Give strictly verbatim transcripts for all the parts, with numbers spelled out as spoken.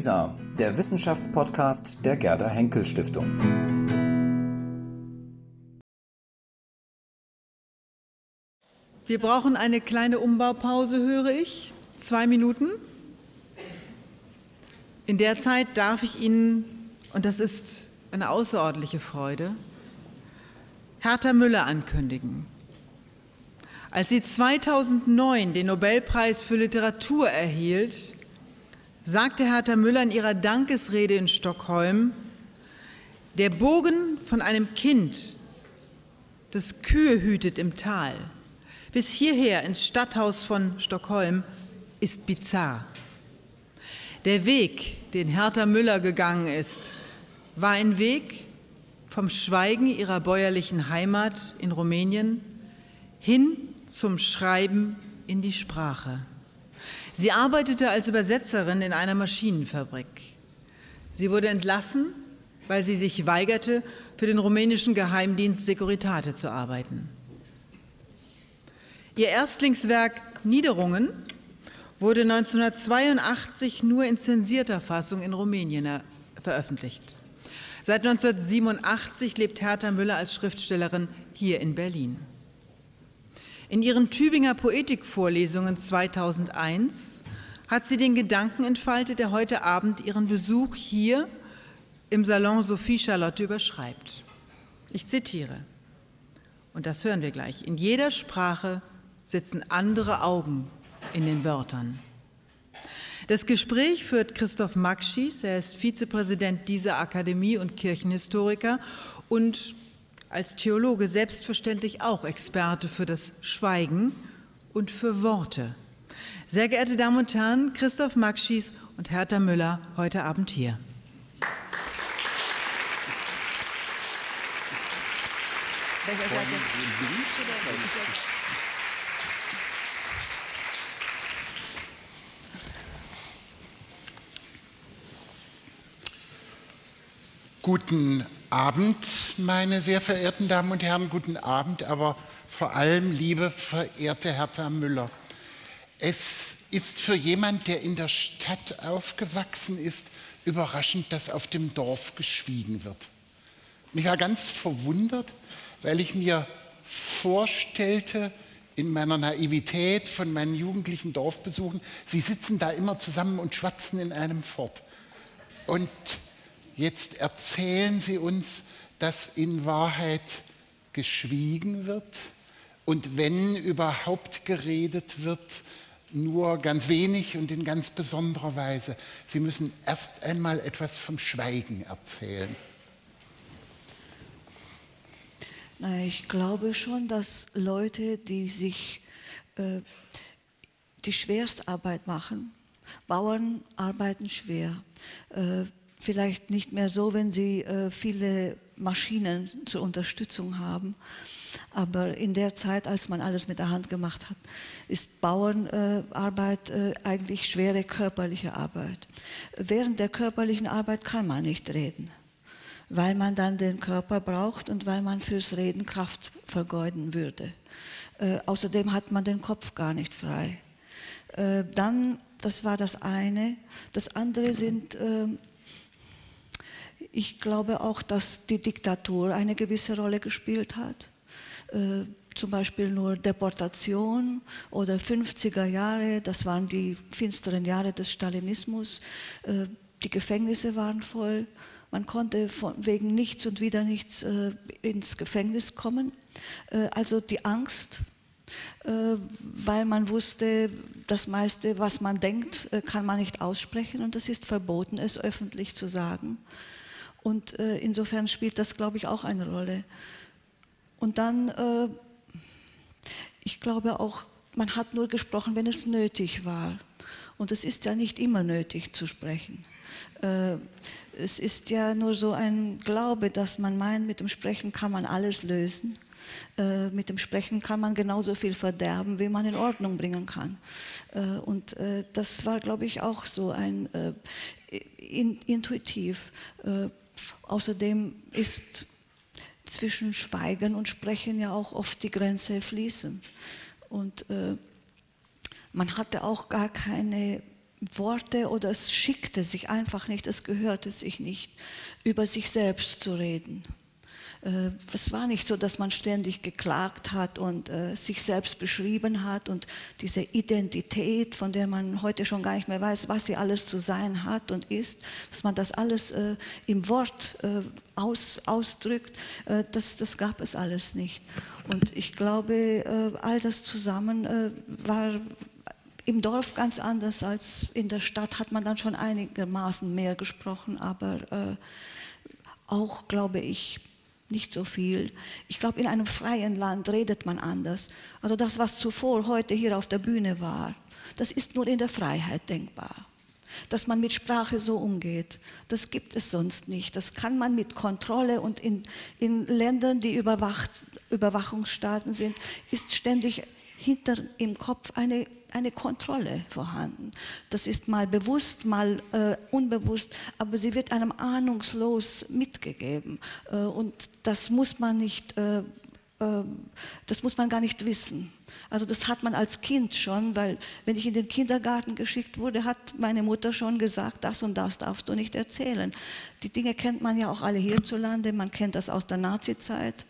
WISA, der Wissenschaftspodcast der Gerda Henkel Stiftung. Wir brauchen eine kleine Umbaupause, höre ich. Zwei Minuten. In der Zeit darf ich Ihnen, und das ist eine außerordentliche Freude, Herta Müller ankündigen. Als sie zweitausendneun den Nobelpreis für Literatur erhielt, sagte Herta Müller in ihrer Dankesrede in Stockholm: Der Bogen von einem Kind, das Kühe hütet im Tal, bis hierher ins Stadthaus von Stockholm, ist bizarr. Der Weg, den Herta Müller gegangen ist, war ein Weg vom Schweigen ihrer bäuerlichen Heimat in Rumänien hin zum Schreiben in die Sprache. Sie arbeitete als Übersetzerin in einer Maschinenfabrik. Sie wurde entlassen, weil sie sich weigerte, für den rumänischen Geheimdienst Securitate zu arbeiten. Ihr Erstlingswerk Niederungen wurde neunzehnhundertzweiundachtzig nur in zensierter Fassung in Rumänien veröffentlicht. Seit neunzehnhundertsiebenundachtzig lebt Herta Müller als Schriftstellerin hier in Berlin. In ihren Tübinger Poetikvorlesungen zweitausendeins hat sie den Gedanken entfaltet, der heute Abend ihren Besuch hier im Salon Sophie Charlotte überschreibt. Ich zitiere, und das hören wir gleich: In jeder Sprache sitzen andere Augen in den Wörtern. Das Gespräch führt Christoph Makschis, er ist Vizepräsident dieser Akademie und Kirchenhistoriker und als Theologe selbstverständlich auch Experte für das Schweigen und für Worte. Sehr geehrte Damen und Herren, Christoph Makschis und Herta Müller heute Abend hier. Welcher Seite? Links oder rechts? Guten Abend, meine sehr verehrten Damen und Herren, guten Abend, aber vor allem, liebe verehrte Herta Müller. Es ist für jemand, der in der Stadt aufgewachsen ist, überraschend, dass auf dem Dorf geschwiegen wird. Und ich war ganz verwundert, weil ich mir vorstellte, in meiner Naivität von meinen jugendlichen Dorfbesuchen, Sie sitzen da immer zusammen und schwatzen in einem fort. Und jetzt erzählen Sie uns, dass in Wahrheit geschwiegen wird und wenn überhaupt geredet wird, nur ganz wenig und in ganz besonderer Weise. Sie müssen erst einmal etwas vom Schweigen erzählen. Na, ich glaube schon, dass Leute, die sich äh, die Schwerstarbeit machen, Bauern arbeiten schwer, äh, vielleicht nicht mehr so, wenn sie äh, viele Maschinen zur Unterstützung haben. Aber in der Zeit, als man alles mit der Hand gemacht hat, ist Bauernarbeit äh, äh, eigentlich schwere körperliche Arbeit. Während der körperlichen Arbeit kann man nicht reden, weil man dann den Körper braucht und weil man fürs Reden Kraft vergeuden würde. Äh, außerdem hat man den Kopf gar nicht frei. Äh, dann, das war das eine. Das andere sind... Äh, Ich glaube auch, dass die Diktatur eine gewisse Rolle gespielt hat. Äh, zum Beispiel nur Deportation oder fünfziger Jahre, das waren die finsteren Jahre des Stalinismus. Äh, die Gefängnisse waren voll. Man konnte von, wegen nichts und wieder nichts äh, ins Gefängnis kommen. Äh, also die Angst, äh, weil man wusste, das meiste, was man denkt, äh, kann man nicht aussprechen und es ist verboten, es öffentlich zu sagen. Und äh, insofern spielt das, glaube ich, auch eine Rolle. Und dann, äh, ich glaube auch, man hat nur gesprochen, wenn es nötig war. Und es ist ja nicht immer nötig zu sprechen. Äh, es ist ja nur so ein Glaube, dass man meint, mit dem Sprechen kann man alles lösen. Äh, mit dem Sprechen kann man genauso viel verderben, wie man in Ordnung bringen kann. Äh, und äh, das war, glaube ich, auch so ein äh, in, intuitiv. Äh, Außerdem ist zwischen Schweigen und Sprechen ja auch oft die Grenze fließend. Und äh, man hatte auch gar keine Worte oder es schickte sich einfach nicht, es gehörte sich nicht, über sich selbst zu reden. Es war nicht so, dass man ständig geklagt hat und äh, sich selbst beschrieben hat und diese Identität, von der man heute schon gar nicht mehr weiß, was sie alles zu sein hat und ist, dass man das alles äh, im Wort äh, aus, ausdrückt, äh, das, das gab es alles nicht. Und ich glaube, äh, all das zusammen äh, war im Dorf ganz anders als in der Stadt, hat man dann schon einigermaßen mehr gesprochen, aber äh, auch, glaube ich, nicht so viel. Ich glaube, in einem freien Land redet man anders. Also das, was zuvor heute hier auf der Bühne war, das ist nur in der Freiheit denkbar. Dass man mit Sprache so umgeht, das gibt es sonst nicht. Das kann man mit Kontrolle und in, in Ländern, die überwacht, Überwachungsstaaten sind, ist ständig hinter im Kopf eine, eine Kontrolle vorhanden. Das ist mal bewusst, mal äh, unbewusst, aber sie wird einem ahnungslos mitgegeben. Äh, und das muss man nicht, äh, äh, das muss man gar nicht wissen. Also das hat man als Kind schon, weil wenn ich in den Kindergarten geschickt wurde, hat meine Mutter schon gesagt, das und das darfst du nicht erzählen. Die Dinge kennt man ja auch alle hierzulande, man kennt das aus der Nazizeit.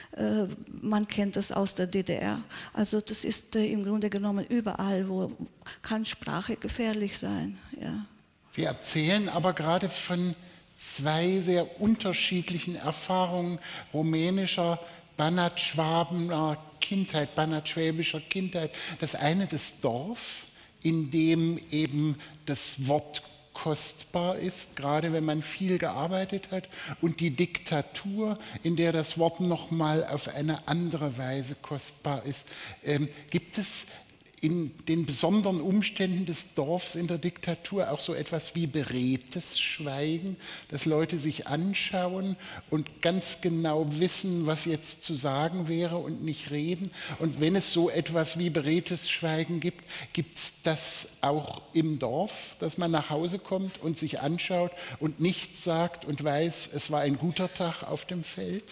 Man kennt das aus der D D R. Also das ist äh, im Grunde genommen überall, wo kann Sprache gefährlich sein. Ja. Sie erzählen aber gerade von zwei sehr unterschiedlichen Erfahrungen rumänischer, Banat-Schwabener Kindheit, Banat-schwäbischer Kindheit. Das eine das Dorf, in dem eben das Wort kostbar ist, gerade wenn man viel gearbeitet hat, und die Diktatur, in der das Wort nochmal auf eine andere Weise kostbar ist. Ähm, gibt es in den besonderen Umständen des Dorfs in der Diktatur auch so etwas wie beredtes Schweigen, dass Leute sich anschauen und ganz genau wissen, was jetzt zu sagen wäre und nicht reden? Und wenn es so etwas wie beredtes Schweigen gibt, gibt es das auch im Dorf, dass man nach Hause kommt und sich anschaut und nichts sagt und weiß, es war ein guter Tag auf dem Feld?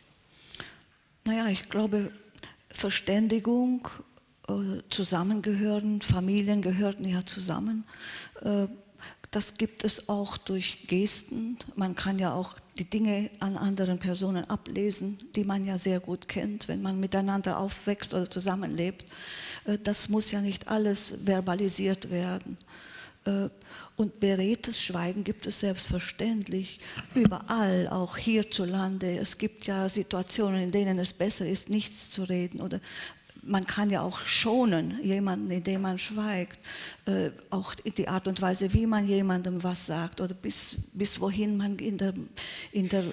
Naja, ich glaube, Verständigung, Zusammengehören, Familien gehörten ja zusammen. Das gibt es auch durch Gesten. Man kann ja auch die Dinge an anderen Personen ablesen, die man ja sehr gut kennt, wenn man miteinander aufwächst oder zusammenlebt. Das muss ja nicht alles verbalisiert werden. Und beredtes Schweigen gibt es selbstverständlich überall, auch hierzulande. Es gibt ja Situationen, in denen es besser ist, nichts zu reden, oder man kann ja auch schonen, jemanden, indem man schweigt. Äh, auch die Art und Weise, wie man jemandem was sagt oder bis, bis wohin man in der, in der,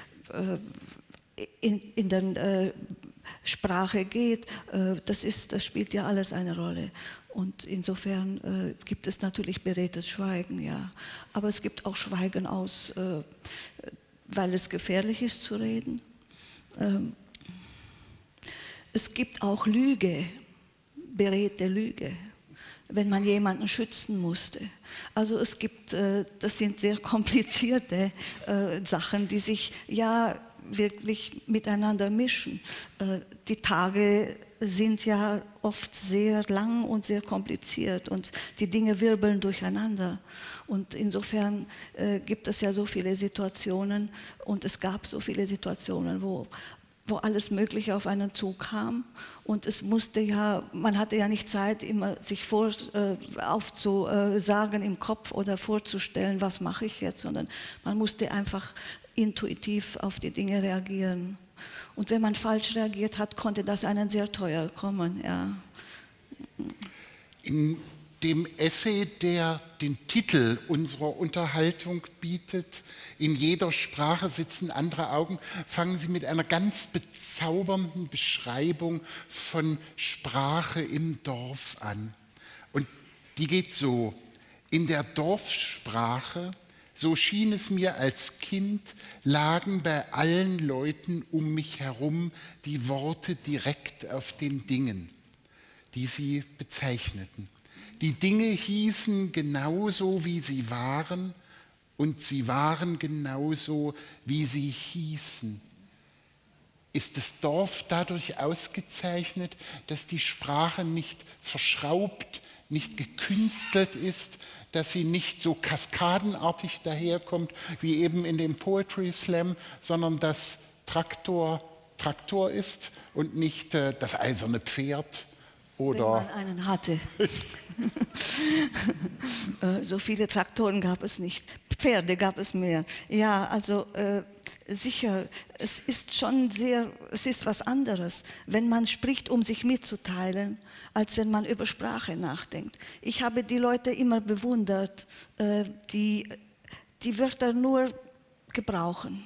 äh, in, in der äh, Sprache geht, äh, das, ist, das spielt ja alles eine Rolle. Und insofern äh, gibt es natürlich beredtes Schweigen, ja. Aber es gibt auch Schweigen aus, äh, weil es gefährlich ist zu reden. Ähm, Es gibt auch Lüge, beredte Lüge, wenn man jemanden schützen musste. Also es gibt, das sind sehr komplizierte Sachen, die sich ja wirklich miteinander mischen. Die Tage sind ja oft sehr lang und sehr kompliziert und die Dinge wirbeln durcheinander. Und insofern gibt es ja so viele Situationen und es gab so viele Situationen, wo wo alles Mögliche auf einen zukam und es musste ja, man hatte ja nicht Zeit, immer sich vor, äh, aufzusagen im Kopf oder vorzustellen, was mache ich jetzt, sondern man musste einfach intuitiv auf die Dinge reagieren. Und wenn man falsch reagiert hat, konnte das einen sehr teuer kommen. Ja. In dem Essay, der den Titel unserer Unterhaltung bietet, in jeder Sprache sitzen andere Augen, fangen Sie mit einer ganz bezaubernden Beschreibung von Sprache im Dorf an. Und die geht so: In der Dorfsprache, so schien es mir als Kind, lagen bei allen Leuten um mich herum die Worte direkt auf den Dingen, die sie bezeichneten. Die Dinge hießen genauso, wie sie waren, und sie waren genauso, wie sie hießen. Ist das Dorf dadurch ausgezeichnet, dass die Sprache nicht verschraubt, nicht gekünstelt ist, dass sie nicht so kaskadenartig daherkommt, wie eben in dem Poetry Slam, sondern dass Traktor Traktor ist und nicht äh, das eiserne Pferd oder... Wenn man einen hatte. So viele Traktoren gab es nicht. Pferde gab es mehr. Ja, also äh, sicher, es ist schon sehr, es ist was anderes, wenn man spricht, um sich mitzuteilen, als wenn man über Sprache nachdenkt. Ich habe die Leute immer bewundert, äh, die die Wörter nur gebrauchen,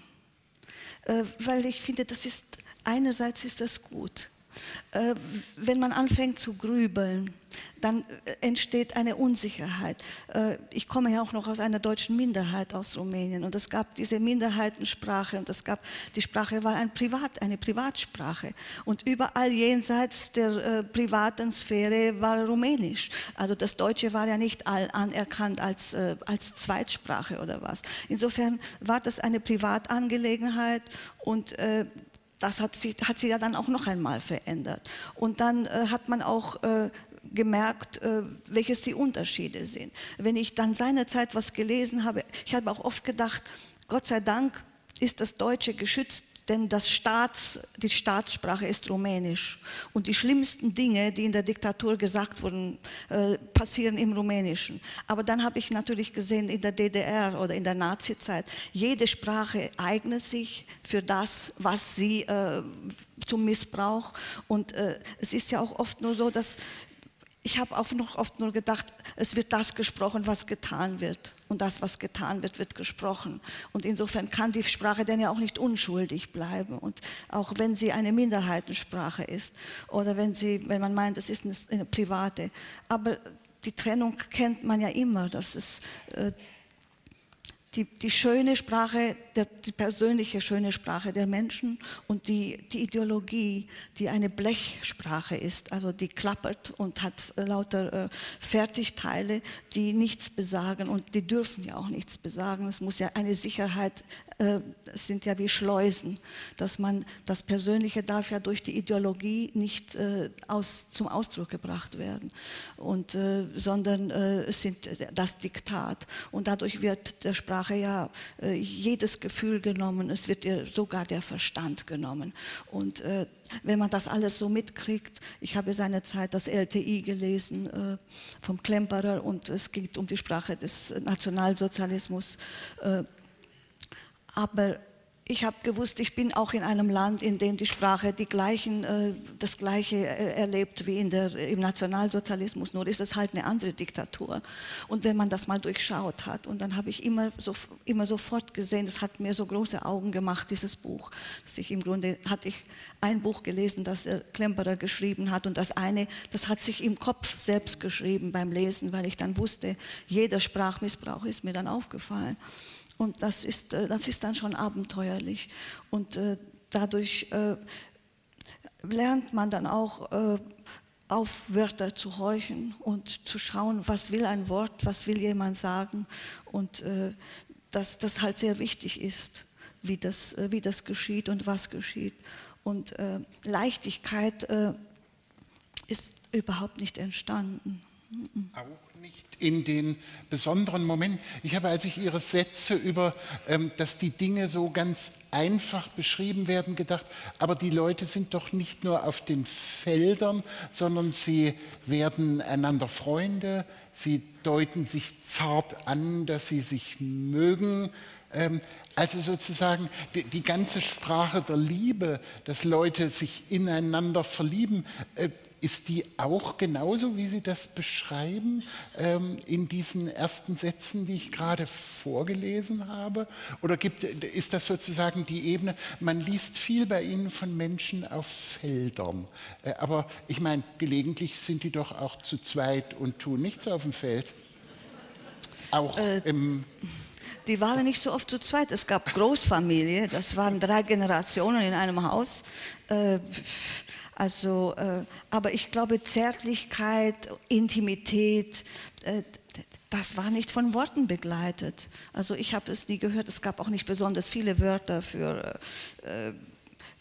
äh, weil ich finde, das ist, einerseits ist das gut. Äh, wenn man anfängt zu grübeln, dann entsteht eine Unsicherheit. Äh, ich komme ja auch noch aus einer deutschen Minderheit aus Rumänien und es gab diese Minderheitensprache und es gab, die Sprache war ein Privat, eine Privatsprache und überall jenseits der äh, privaten Sphäre war Rumänisch. Also das Deutsche war ja nicht all anerkannt als, äh, als Zweitsprache oder was. Insofern war das eine Privatangelegenheit und äh, das hat sich, hat sich ja dann auch noch einmal verändert. Und dann äh, hat man auch äh, gemerkt, äh, welches die Unterschiede sind. Wenn ich dann seinerzeit was gelesen habe, ich habe auch oft gedacht, Gott sei Dank ist das Deutsche geschützt, denn das Staats, die Staatssprache ist Rumänisch. Und die schlimmsten Dinge, die in der Diktatur gesagt wurden, äh, passieren im Rumänischen. Aber dann habe ich natürlich gesehen, in der D D R oder in der Nazizeit, jede Sprache eignet sich für das, was sie äh, zum Missbrauch. Und äh, es ist ja auch oft nur so, dass ich habe auch noch oft nur gedacht, es wird das gesprochen, was getan wird. Und das, was getan wird, wird gesprochen. Und insofern kann die Sprache dann ja auch nicht unschuldig bleiben. Und auch wenn sie eine Minderheitensprache ist oder wenn, sie, wenn man meint, es ist eine, eine private. Aber die Trennung kennt man ja immer. Das ist äh, die, die schöne Sprache, der, die persönliche schöne Sprache der Menschen und die, die Ideologie, die eine Blechsprache ist, also die klappert und hat lauter äh, Fertigteile, die nichts besagen und die dürfen ja auch nichts besagen. Es muss ja eine Sicherheit, äh, es sind ja wie Schleusen, dass man, das Persönliche darf ja durch die Ideologie nicht äh, aus, zum Ausdruck gebracht werden, und, äh, sondern äh, es sind das Diktat und dadurch wird der Sprache ja äh, jedes Gefühl genommen, es wird ihr sogar der Verstand genommen. Und äh, wenn man das alles so mitkriegt, ich habe seinerzeit das L T I gelesen äh, vom Klemperer und es geht um die Sprache des Nationalsozialismus. Äh, aber ich habe gewusst, ich bin auch in einem Land, in dem die Sprache die gleichen, äh, das Gleiche äh, erlebt wie in der, im Nationalsozialismus, nur ist es halt eine andere Diktatur. Und wenn man das mal durchschaut hat, und dann habe ich immer, so, immer sofort gesehen, das hat mir so große Augen gemacht, dieses Buch. Dass ich im Grunde hatte ich ein Buch gelesen, das der Klemperer geschrieben hat, und das eine, das hat sich im Kopf selbst geschrieben beim Lesen, weil ich dann wusste, jeder Sprachmissbrauch ist mir dann aufgefallen. Und das ist, das ist dann schon abenteuerlich. Und äh, dadurch äh, lernt man dann auch äh, auf Wörter zu horchen und zu schauen, was will ein Wort, was will jemand sagen. Und äh, dass das halt sehr wichtig ist, wie das, äh, wie das geschieht und was geschieht. Und äh, Leichtigkeit äh, ist überhaupt nicht entstanden. Auch nicht in den besonderen Momenten. Ich habe, als ich Ihre Sätze über, ähm, dass die Dinge so ganz einfach beschrieben werden, gedacht, aber die Leute sind doch nicht nur auf den Feldern, sondern sie werden einander Freunde, sie deuten sich zart an, dass sie sich mögen. Ähm, also sozusagen die, die ganze Sprache der Liebe, dass Leute sich ineinander verlieben, äh, ist die auch genauso, wie Sie das beschreiben, ähm, in diesen ersten Sätzen, die ich gerade vorgelesen habe? Oder gibt, ist das sozusagen die Ebene, man liest viel bei Ihnen von Menschen auf Feldern, äh, aber ich meine, gelegentlich sind die doch auch zu zweit und tun nichts auf dem Feld. Auch äh, im... Die waren nicht so oft zu zweit. Es gab Großfamilie, das waren drei Generationen in einem Haus. Äh, Also, äh, aber ich glaube, Zärtlichkeit, Intimität, äh, das war nicht von Worten begleitet. Also ich habe es nie gehört, es gab auch nicht besonders viele Wörter für, äh,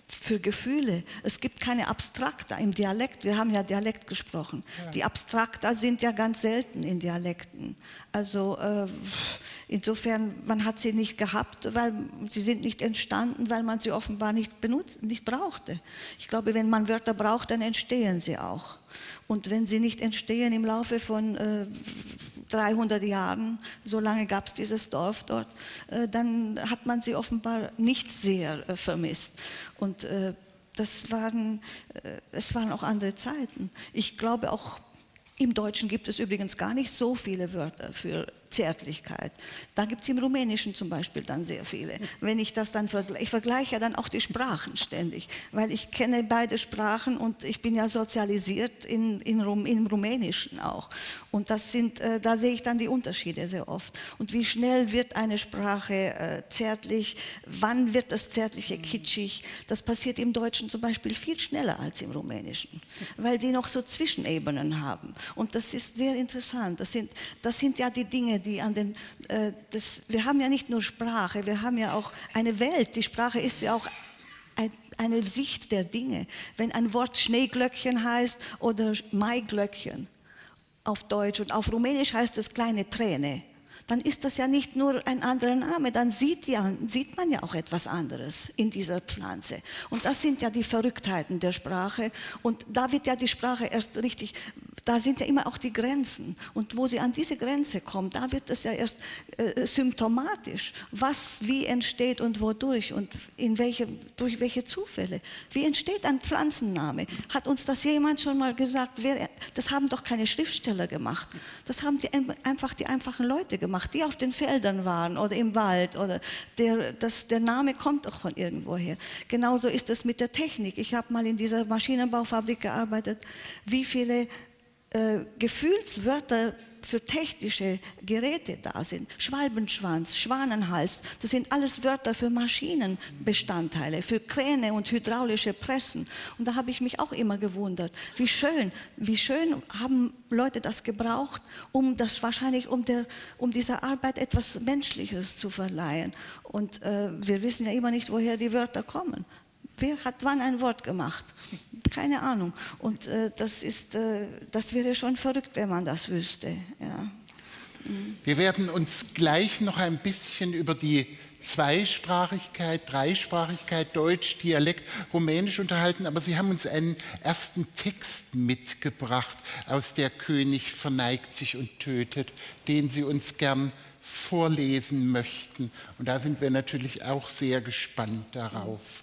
für Gefühle. Es gibt keine Abstrakta im Dialekt. Wir haben ja Dialekt gesprochen. Ja. Die Abstrakta sind ja ganz selten in Dialekten. Also äh, insofern, man hat sie nicht gehabt, weil sie sind nicht entstanden, weil man sie offenbar nicht benutzt, nicht brauchte. Ich glaube, wenn man Wörter braucht, dann entstehen sie auch. Und wenn sie nicht entstehen im Laufe von äh, dreihundert Jahren, so lange gab es dieses Dorf dort, äh, dann hat man sie offenbar nicht sehr äh, vermisst. Und äh, das waren, äh, es waren auch andere Zeiten. Ich glaube auch, im Deutschen gibt es übrigens gar nicht so viele Wörter für Zärtlichkeit. Da gibt es im Rumänischen zum Beispiel dann sehr viele. Wenn ich das dann vergleiche, ich vergleiche ja dann auch die Sprachen ständig, weil ich kenne beide Sprachen und ich bin ja sozialisiert in, in Rum, im Rumänischen auch. Und das sind, äh, da sehe ich dann die Unterschiede sehr oft. Und wie schnell wird eine Sprache äh, zärtlich, wann wird das Zärtliche kitschig? Das passiert im Deutschen zum Beispiel viel schneller als im Rumänischen, weil die noch so Zwischenebenen haben. Und das ist sehr interessant. Das sind, das sind ja die Dinge, die an den, äh, das, wir haben ja nicht nur Sprache, wir haben ja auch eine Welt. Die Sprache ist ja auch ein, eine Sicht der Dinge. Wenn ein Wort Schneeglöckchen heißt oder Maiglöckchen auf Deutsch und auf Rumänisch heißt es kleine Träne, dann ist das ja nicht nur ein anderer Name, dann sieht, ja, sieht man ja auch etwas anderes in dieser Pflanze. Und das sind ja die Verrücktheiten der Sprache. Und da wird ja die Sprache erst richtig, da sind ja immer auch die Grenzen. Und wo sie an diese Grenze kommt, da wird es ja erst äh, symptomatisch, was wie entsteht und wodurch und in welche, durch welche Zufälle. Wie entsteht ein Pflanzenname? Hat uns das jemand schon mal gesagt? Wer, das haben doch keine Schriftsteller gemacht. Das haben die, einfach die einfachen Leute gemacht, die auf den Feldern waren oder im Wald. Oder der, das, der Name kommt doch von irgendwoher. Genauso ist es mit der Technik. Ich habe mal in dieser Maschinenbaufabrik gearbeitet. Wie viele äh, Gefühlswörter für technische Geräte da sind. Schwalbenschwanz, Schwanenhals, das sind alles Wörter für Maschinenbestandteile, für Kräne und hydraulische Pressen. Und da habe ich mich auch immer gewundert, wie schön, wie schön haben Leute das gebraucht, um das wahrscheinlich, um, der, um dieser Arbeit etwas Menschliches zu verleihen. Und äh, wir wissen ja immer nicht, woher die Wörter kommen. Wer hat wann ein Wort gemacht? Keine Ahnung. Und äh, das, ist, äh, das wäre schon verrückt, wenn man das wüsste. Ja. Mhm. Wir werden uns gleich noch ein bisschen über die Zweisprachigkeit, Dreisprachigkeit, Deutsch, Dialekt, Rumänisch unterhalten, aber Sie haben uns einen ersten Text mitgebracht aus Der König verneigt sich und tötet, den Sie uns gern vorlesen möchten. Und da sind wir natürlich auch sehr gespannt darauf.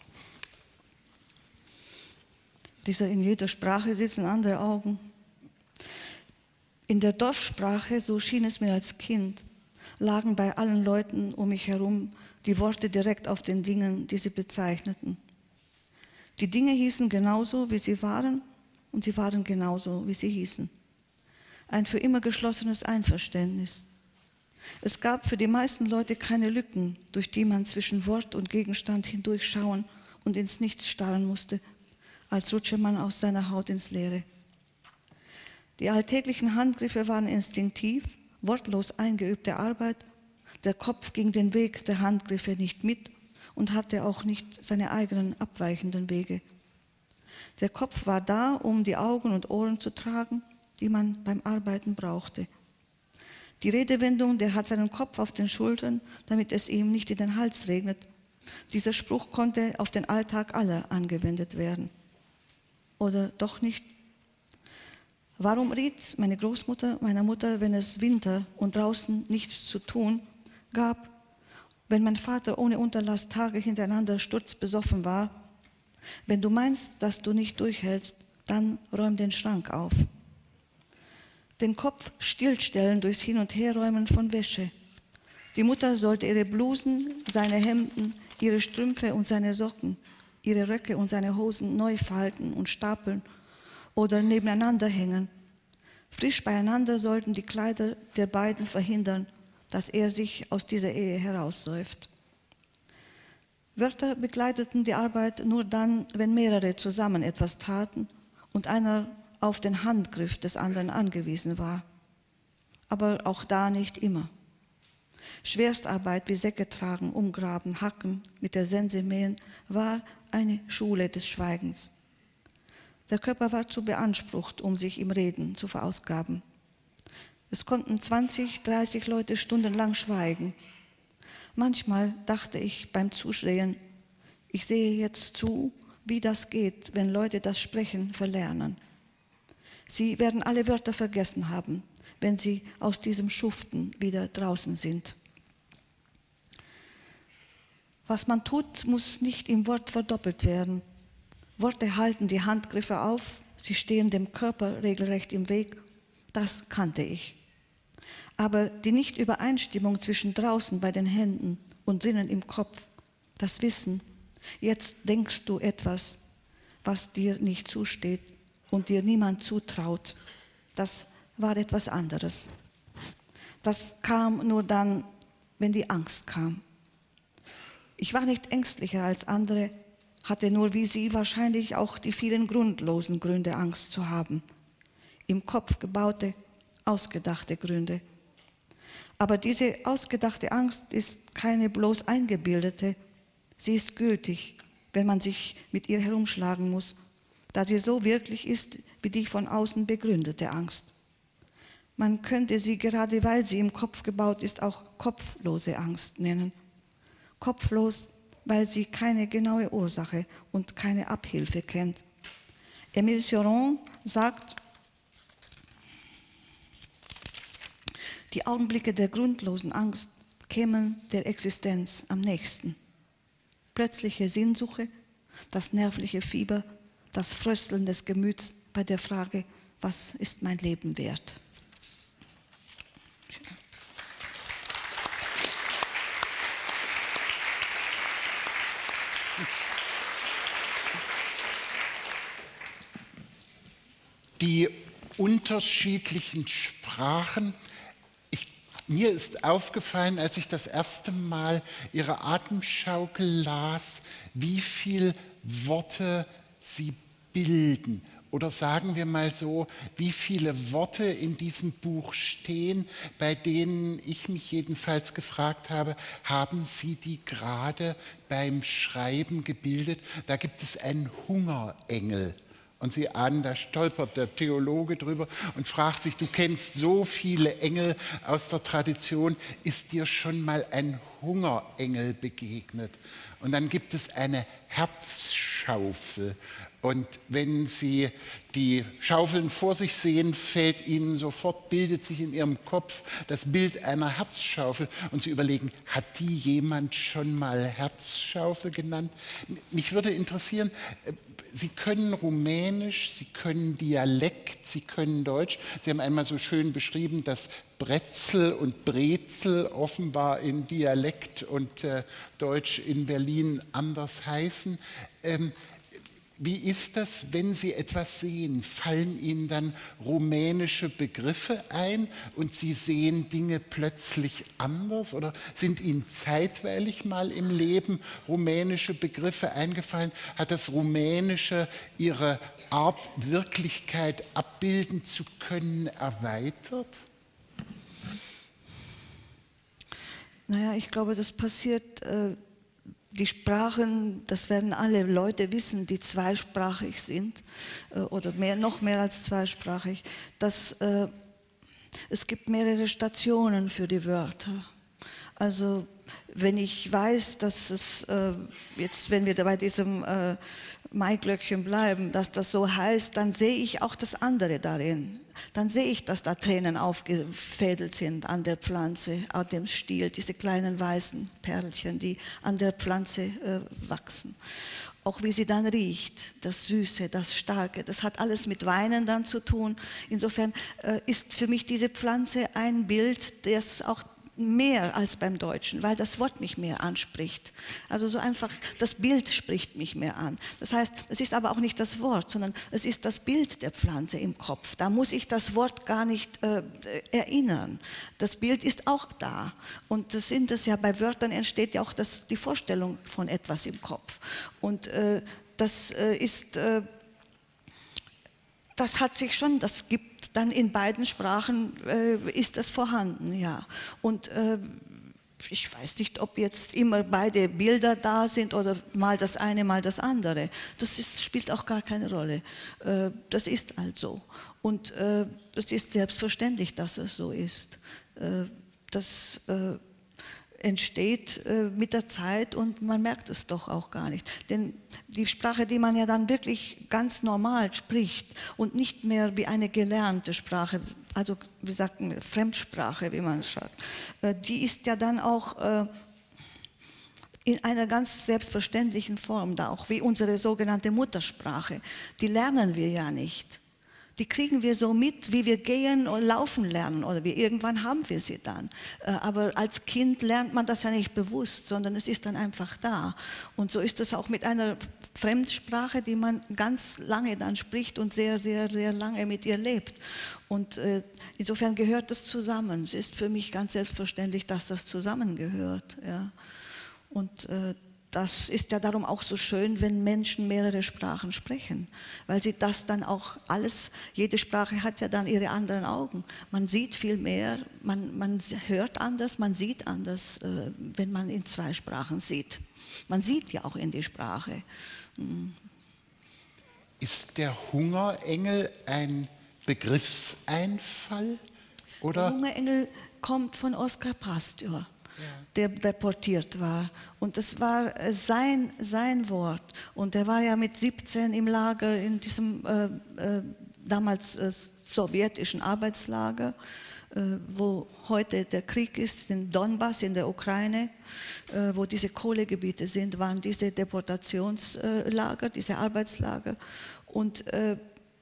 Dieser in jeder Sprache sitzen andere Augen. In der Dorfsprache, so schien es mir als Kind, lagen bei allen Leuten um mich herum die Worte direkt auf den Dingen, die sie bezeichneten. Die Dinge hießen genauso, wie sie waren, und sie waren genauso, wie sie hießen. Ein für immer geschlossenes Einverständnis. Es gab für die meisten Leute keine Lücken, durch die man zwischen Wort und Gegenstand hindurchschauen und ins Nichts starren musste, als rutsche man aus seiner Haut ins Leere. Die alltäglichen Handgriffe waren instinktiv, wortlos eingeübte Arbeit. Der Kopf ging den Weg der Handgriffe nicht mit und hatte auch nicht seine eigenen abweichenden Wege. Der Kopf war da, um die Augen und Ohren zu tragen, die man beim Arbeiten brauchte. Die Redewendung, der hat seinen Kopf auf den Schultern, damit es ihm nicht in den Hals regnet. Dieser Spruch konnte auf den Alltag aller angewendet werden. Oder doch nicht? Warum riet meine Großmutter meiner Mutter, wenn es Winter und draußen nichts zu tun gab, wenn mein Vater ohne Unterlass Tage hintereinander sturzbesoffen war? Wenn du meinst, dass du nicht durchhältst, dann räum den Schrank auf. Den Kopf stillstellen durchs Hin- und Herräumen von Wäsche. Die Mutter sollte ihre Blusen, seine Hemden, ihre Strümpfe und seine Socken, ihre Röcke und seine Hosen neu falten und stapeln oder nebeneinander hängen. Frisch beieinander sollten die Kleider der beiden verhindern, dass er sich aus dieser Ehe heraussäuft. Wörter begleiteten die Arbeit nur dann, wenn mehrere zusammen etwas taten und einer auf den Handgriff des anderen angewiesen war. Aber auch da nicht immer. Schwerstarbeit wie Säcke tragen, umgraben, hacken, mit der Sense mähen, war eine Schule des Schweigens. Der Körper war zu beansprucht, um sich im Reden zu verausgaben. Es konnten zwanzig, dreißig Leute stundenlang schweigen. Manchmal dachte ich beim Zusehen, ich sehe jetzt zu, wie das geht, wenn Leute das Sprechen verlernen. Sie werden alle Wörter vergessen haben, wenn sie aus diesem Schuften wieder draußen sind. Was man tut, muss nicht im Wort verdoppelt werden. Worte halten die Handgriffe auf, sie stehen dem Körper regelrecht im Weg. Das kannte ich. Aber die Nichtübereinstimmung zwischen draußen bei den Händen und drinnen im Kopf, das Wissen, jetzt denkst du etwas, was dir nicht zusteht und dir niemand zutraut, das war etwas anderes. Das kam nur dann, wenn die Angst kam. Ich war nicht ängstlicher als andere, hatte nur wie sie wahrscheinlich auch die vielen grundlosen Gründe, Angst zu haben. Im Kopf gebaute, ausgedachte Gründe. Aber diese ausgedachte Angst ist keine bloß eingebildete. Sie ist gültig, wenn man sich mit ihr herumschlagen muss, da sie so wirklich ist wie die von außen begründete Angst. Man könnte sie, gerade weil sie im Kopf gebaut ist, auch kopflose Angst nennen. Kopflos, weil sie keine genaue Ursache und keine Abhilfe kennt. Émile Cioran sagt, die Augenblicke der grundlosen Angst kämen der Existenz am nächsten. Plötzliche Sinnsuche, das nervliche Fieber, das Frösteln des Gemüts bei der Frage, was ist mein Leben wert? Die unterschiedlichen Sprachen. Ich, mir ist aufgefallen, als ich das erste Mal Ihre Atemschaukel las, wie viele Worte Sie bilden. Oder sagen wir mal so, wie viele Worte in diesem Buch stehen, bei denen ich mich jedenfalls gefragt habe, haben Sie die gerade beim Schreiben gebildet? Da gibt es einen Hungerengel. Und Sie ahnen, da stolpert der Theologe drüber und fragt sich, du kennst so viele Engel aus der Tradition, ist dir schon mal ein Hungerengel begegnet? Und dann gibt es eine Herzschaufel. Und wenn Sie die Schaufeln vor sich sehen, fällt Ihnen sofort, bildet sich in Ihrem Kopf das Bild einer Herzschaufel. Und Sie überlegen, hat die jemand schon mal Herzschaufel genannt? Mich würde interessieren, Sie können Rumänisch, Sie können Dialekt, Sie können Deutsch. Sie haben einmal so schön beschrieben, dass Brezel und Brezel offenbar in Dialekt und äh, Deutsch in Berlin anders heißen. Ähm, Wie ist das, wenn Sie etwas sehen? Fallen Ihnen dann rumänische Begriffe ein und Sie sehen Dinge plötzlich anders? Oder sind Ihnen zeitweilig mal im Leben rumänische Begriffe eingefallen? Hat das Rumänische Ihre Art, Wirklichkeit abbilden zu können, erweitert? Naja, ich glaube, das passiert... Äh Die Sprachen, das werden alle Leute wissen, die zweisprachig sind äh, oder mehr, noch mehr als zweisprachig, dass äh, es gibt mehrere Stationen für die Wörter. Also wenn ich weiß, dass es äh, jetzt, wenn wir bei diesem äh, Maiglöckchen bleiben, dass das so heißt, dann sehe ich auch das andere darin. Dann sehe ich, dass da Tränen aufgefädelt sind an der Pflanze, an dem Stiel, diese kleinen weißen Perlchen, die an der Pflanze äh, wachsen. Auch wie sie dann riecht, das Süße, das Starke, das hat alles mit Weinen dann zu tun. Insofern äh, ist für mich diese Pflanze ein Bild, das auch mehr als beim Deutschen, weil das Wort mich mehr anspricht. Also so einfach, das Bild spricht mich mehr an. Das heißt, es ist aber auch nicht das Wort, sondern es ist das Bild der Pflanze im Kopf. Da muss ich das Wort gar nicht äh, erinnern. Das Bild ist auch da. Und das sind es ja, bei Wörtern entsteht ja auch das, die Vorstellung von etwas im Kopf. Und äh, das äh, ist... Äh, Das hat sich schon, das gibt dann in beiden Sprachen, äh, ist das vorhanden, ja. Und äh, ich weiß nicht, ob jetzt immer beide Bilder da sind oder mal das eine, mal das andere. Das ist, spielt auch gar keine Rolle. Äh, das ist halt so. Und äh, es ist selbstverständlich, dass es so ist. Äh, das äh, entsteht äh, mit der Zeit und man merkt es doch auch gar nicht. Denn die Sprache, die man ja dann wirklich ganz normal spricht und nicht mehr wie eine gelernte Sprache, also wie sagt man, Fremdsprache, wie man sagt, äh, die ist ja dann auch äh, in einer ganz selbstverständlichen Form da, auch wie unsere sogenannte Muttersprache. Die lernen wir ja nicht. Die kriegen wir so mit, wie wir gehen und laufen lernen oder wie irgendwann haben wir sie dann. Aber als Kind lernt man das ja nicht bewusst, sondern es ist dann einfach da. Und so ist es auch mit einer Fremdsprache, die man ganz lange dann spricht und sehr, sehr, sehr lange mit ihr lebt. Und äh, insofern gehört das zusammen. Es ist für mich ganz selbstverständlich, dass das zusammengehört. Ja. Und äh, das ist ja darum auch so schön, wenn Menschen mehrere Sprachen sprechen, weil sie das dann auch alles, jede Sprache hat ja dann ihre anderen Augen. Man sieht viel mehr, man, man hört anders, man sieht anders, äh, wenn man in zwei Sprachen sieht. Man sieht ja auch in die Sprache. Hm. Ist der Hungerengel ein Begriffseinfall? Oder? Der Hungerengel kommt von Oskar Pastor. Ja. Der deportiert war. Und das war sein, sein Wort. Und er war ja mit siebzehn im Lager, in diesem äh, äh, damals äh, sowjetischen Arbeitslager, äh, wo heute der Krieg ist, in Donbass, in der Ukraine, äh, wo diese Kohlegebiete sind, waren diese Deportationslager, diese Arbeitslager. Und äh,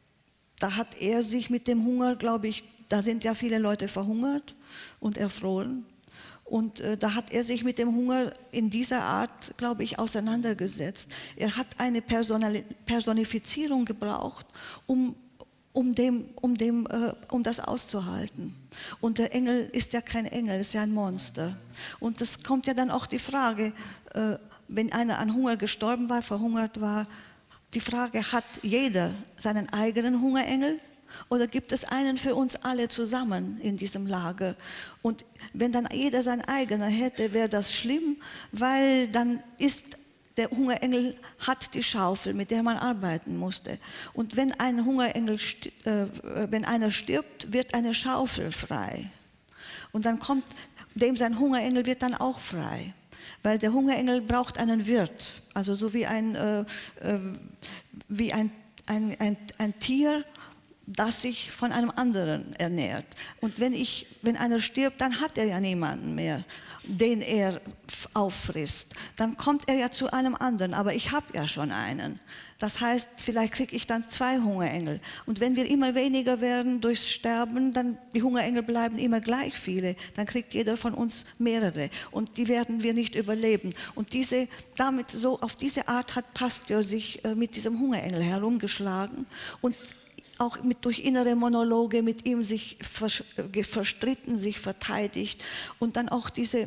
da hat er sich mit dem Hunger, glaube ich, da sind ja viele Leute verhungert und erfroren. Und äh, da hat er sich mit dem Hunger in dieser Art, glaube ich, auseinandergesetzt. Er hat eine Personali- Personifizierung gebraucht, um, um, dem, um, dem, äh, um das auszuhalten. Und der Engel ist ja kein Engel, ist ja ein Monster. Und es kommt ja dann auch die Frage, äh, wenn einer an Hunger gestorben war, verhungert war, die Frage, hat jeder seinen eigenen Hungerengel? Oder gibt es einen für uns alle zusammen in diesem Lager? Und wenn dann jeder sein eigener hätte, wäre das schlimm, weil dann ist der Hungerengel hat die Schaufel, mit der man arbeiten musste. Und wenn ein Hungerengel, äh, wenn einer stirbt, wird eine Schaufel frei. Und dann kommt dem sein Hungerengel wird dann auch frei, weil der Hungerengel braucht einen Wirt, also so wie ein äh, äh, wie ein, ein, ein, ein Tier, das sich von einem anderen ernährt. Und wenn, ich, wenn einer stirbt, dann hat er ja niemanden mehr, den er auffrisst. Dann kommt er ja zu einem anderen, aber ich habe ja schon einen. Das heißt, vielleicht kriege ich dann zwei Hungerengel. Und wenn wir immer weniger werden durchs Sterben, dann die Hungerengel bleiben immer gleich viele. Dann kriegt jeder von uns mehrere. Und die werden wir nicht überleben. Und diese, damit so, auf diese Art hat Pastor sich äh, mit diesem Hungerengel herumgeschlagen und auch mit, durch innere Monologe mit ihm sich vers, äh, verstritten, sich verteidigt und dann auch diese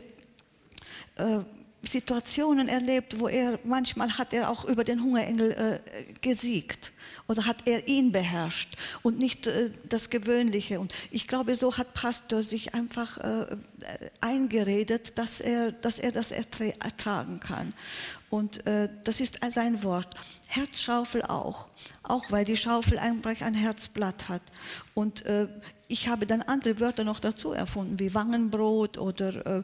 äh, Situationen erlebt, wo er, manchmal hat er auch über den Hungerengel äh, gesiegt oder hat er ihn beherrscht und nicht äh, das Gewöhnliche. Und ich glaube, so hat Pastor sich einfach äh, eingeredet, dass er, dass er das ertra- ertragen kann. Und äh, das ist sein Wort. Herzschaufel auch, auch weil die Schaufel eigentlich ein Herzblatt hat. Und äh, ich habe dann andere Wörter noch dazu erfunden, wie Wangenbrot oder äh,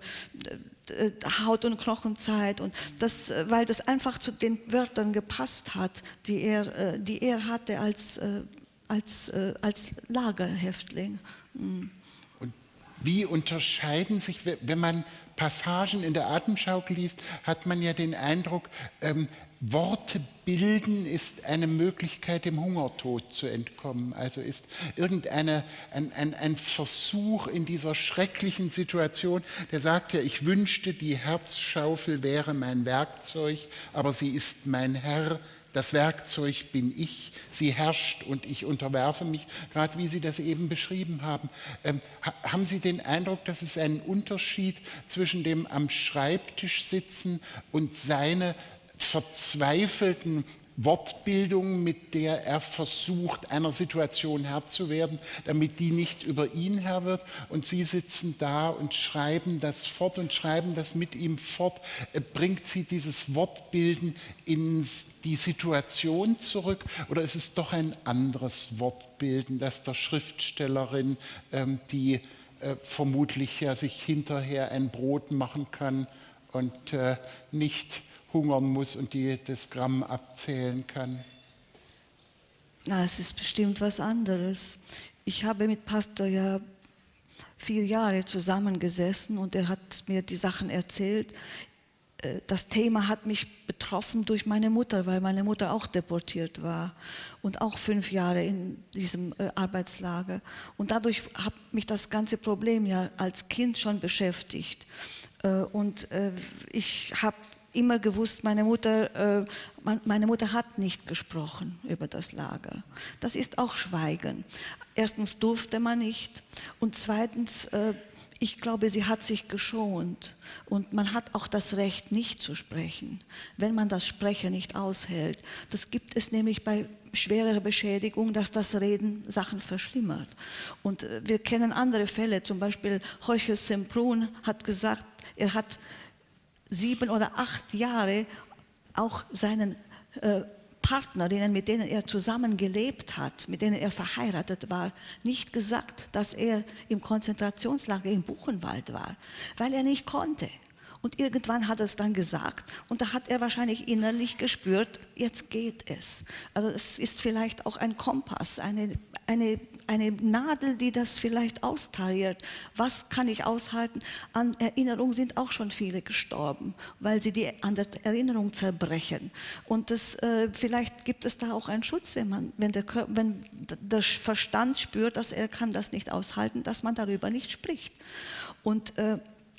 Haut- und Knochenzeit, und das, weil das einfach zu den Wörtern gepasst hat, die er, die er hatte als, als, als Lagerhäftling. Mhm. Und wie unterscheiden sich, wenn man Passagen in der Atemschaukel liest, hat man ja den Eindruck, ähm, Worte bilden ist eine Möglichkeit, dem Hungertod zu entkommen. Also ist irgendeine ein, ein, ein Versuch in dieser schrecklichen Situation, der sagt ja, ich wünschte, die Herzschaufel wäre mein Werkzeug, aber sie ist mein Herr. Das Werkzeug bin ich, sie herrscht und ich unterwerfe mich, gerade wie Sie das eben beschrieben haben. Ähm, ha, haben Sie den Eindruck, dass es einen Unterschied zwischen dem am Schreibtisch sitzen und seine verzweifelten Wortbildung, mit der er versucht, einer Situation Herr zu werden, damit die nicht über ihn Herr wird. Und Sie sitzen da und schreiben das fort und schreiben das mit ihm fort. Bringt Sie dieses Wortbilden in die Situation zurück, oder ist es doch ein anderes Wortbilden, das der Schriftstellerin, ähm, die äh, vermutlich ja sich hinterher ein Brot machen kann und äh, nicht hungern muss und die das Gramm abzählen kann? Na, es ist bestimmt was anderes. Ich habe mit Pastor ja vier Jahre zusammengesessen und er hat mir die Sachen erzählt. Das Thema hat mich betroffen durch meine Mutter, weil meine Mutter auch deportiert war und auch fünf Jahre in diesem Arbeitslager. Und dadurch hat mich das ganze Problem ja als Kind schon beschäftigt. Und ich habe immer gewusst, meine Mutter, äh, meine Mutter hat nicht gesprochen über das Lager. Das ist auch Schweigen. Erstens durfte man nicht und zweitens, äh, ich glaube, sie hat sich geschont und man hat auch das Recht, nicht zu sprechen, wenn man das Sprechen nicht aushält. Das gibt es nämlich bei schwerer Beschädigung, dass das Reden Sachen verschlimmert. Und äh, wir kennen andere Fälle, zum Beispiel Jorge Semprún hat gesagt, er hat sieben oder acht Jahre auch seinen äh, Partnerinnen, mit denen er zusammen gelebt hat, mit denen er verheiratet war, nicht gesagt, dass er im Konzentrationslager in Buchenwald war, weil er nicht konnte. Und irgendwann hat er es dann gesagt und da hat er wahrscheinlich innerlich gespürt, jetzt geht es. Also es ist vielleicht auch ein Kompass, eine, eine, eine Nadel, die das vielleicht austariert. Was kann ich aushalten? An Erinnerung sind auch schon viele gestorben, weil sie die an der Erinnerung zerbrechen. Und das, äh, vielleicht gibt es da auch einen Schutz, wenn, man, wenn, der, wenn der Verstand spürt, dass er kann das nicht aushalten, dass man darüber nicht spricht. Und äh,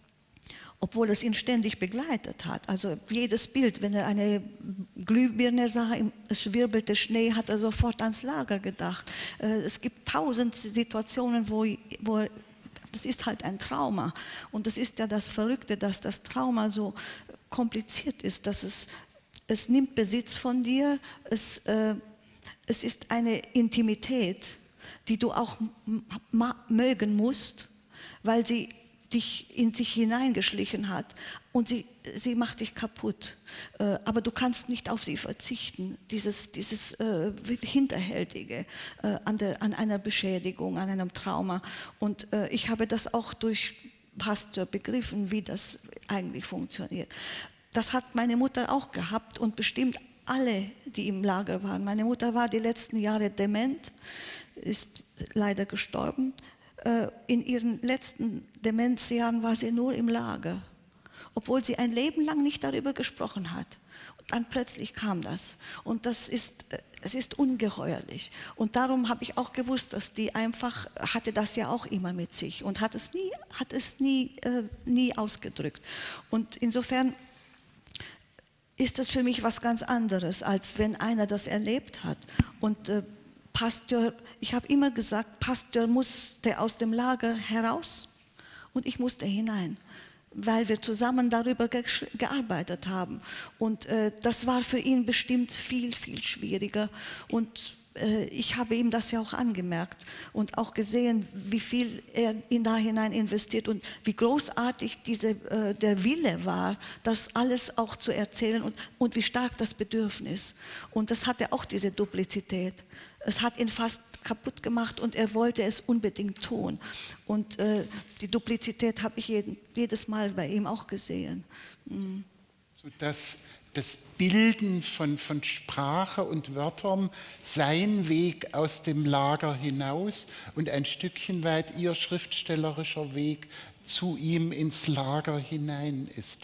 obwohl es ihn ständig begleitet hat. Also jedes Bild, wenn er eine Glühbirne sah, es wirbelte Schnee, hat er sofort ans Lager gedacht. Es gibt tausend Situationen, wo, wo das ist halt ein Trauma. Und das ist ja das Verrückte, dass das Trauma so kompliziert ist, dass es, es nimmt Besitz von dir, es, äh, es ist eine Intimität, die du auch mögen musst, weil sie dich in sich hineingeschlichen hat und sie, sie macht dich kaputt. Äh, aber du kannst nicht auf sie verzichten, dieses, dieses äh, Hinterhältige äh, an, der, an einer Beschädigung, an einem Trauma. Und äh, ich habe das auch durch Pastor begriffen, wie das eigentlich funktioniert. Das hat meine Mutter auch gehabt und bestimmt alle, die im Lager waren. Meine Mutter war die letzten Jahre dement, ist leider gestorben. In ihren letzten Demenzjahren war sie nur im Lager, obwohl sie ein Leben lang nicht darüber gesprochen hat. Und dann plötzlich kam das. Und das ist, es ist ungeheuerlich. Und darum habe ich auch gewusst, dass die einfach, hatte das ja auch immer mit sich und hat es nie, hat es nie, äh, nie ausgedrückt. Und insofern ist das für mich was ganz anderes, als wenn einer das erlebt hat. Und äh, Pastor, ich habe immer gesagt, Pastor musste aus dem Lager heraus und ich musste hinein, weil wir zusammen darüber ge gearbeitet haben. Und äh, das war für ihn bestimmt viel, viel schwieriger. Und äh, ich habe ihm das ja auch angemerkt und auch gesehen, wie viel er in da hinein investiert und wie großartig diese, äh, der Wille war, das alles auch zu erzählen und, und wie stark das Bedürfnis. Und das hatte auch diese Duplizität. Es hat ihn fast kaputt gemacht und er wollte es unbedingt tun. Und äh, die Duplizität habe ich jeden, jedes Mal bei ihm auch gesehen. Mhm. So dass das Bilden von, von Sprache und Wörtern sein Weg aus dem Lager hinaus und ein Stückchen weit ihr schriftstellerischer Weg zu ihm ins Lager hinein ist.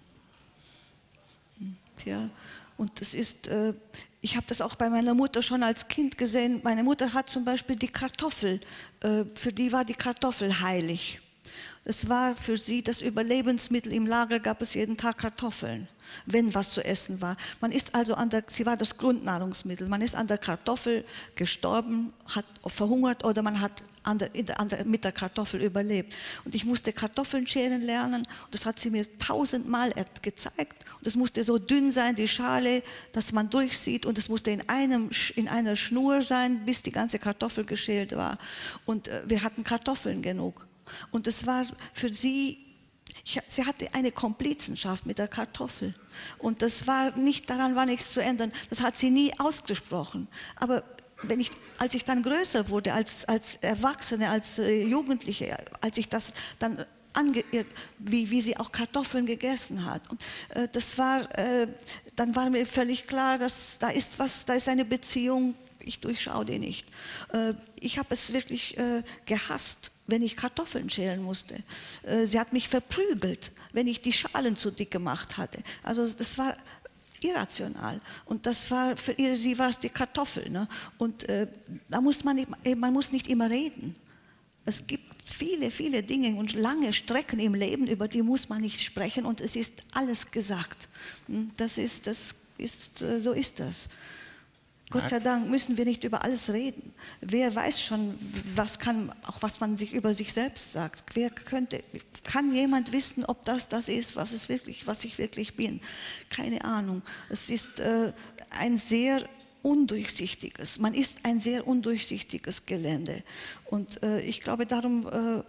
Tja, und das ist... Äh, Ich habe das auch bei meiner Mutter schon als Kind gesehen. Meine Mutter hat zum Beispiel die Kartoffel, äh, für die war die Kartoffel heilig. Es war für sie das Überlebensmittel. Im Lager gab es jeden Tag Kartoffeln, wenn was zu essen war. Man ist also an der, sie war das Grundnahrungsmittel. Man ist an der Kartoffel gestorben, hat verhungert oder man hat an der, in der, an der, mit der Kartoffel überlebt. Und ich musste Kartoffeln schälen lernen. Und das hat sie mir tausendmal gezeigt. Und es musste so dünn sein, die Schale, dass man durchsieht. Und es musste in, einem, in einer Schnur sein, bis die ganze Kartoffel geschält war. Und äh, wir hatten Kartoffeln genug. Und es war für sie, ich, sie hatte eine Komplizenschaft mit der Kartoffel. Und das war nicht, daran war nichts zu ändern. Das hat sie nie ausgesprochen. Aber wenn ich, als ich dann größer wurde, als, als Erwachsene, als äh, Jugendliche, als ich das dann ange, wie, wie sie auch Kartoffeln gegessen hat, und, äh, das war, äh, dann war mir völlig klar, dass da ist was, da ist eine Beziehung, ich durchschaue die nicht. Äh, ich habe es wirklich äh, gehasst, wenn ich Kartoffeln schälen musste. Äh, sie hat mich verprügelt, wenn ich die Schalen zu dick gemacht hatte. Also das war irrational. Und das war für ihr, sie war es die Kartoffel. Ne? Und äh, da muss man, nicht, man muss nicht immer reden. Es gibt viele, viele Dinge und lange Strecken im Leben, über die muss man nicht sprechen und es ist alles gesagt. Das ist, das ist, so ist das. Gott sei Dank müssen wir nicht über alles reden. Wer weiß schon, was kann, auch was man sich über sich selbst sagt. Wer könnte, kann jemand wissen, ob das das ist, was es wirklich, was ich wirklich bin? Keine Ahnung. Es ist äh, ein sehr undurchsichtiges. Man ist ein sehr undurchsichtiges Gelände. Und äh, ich glaube, darum äh,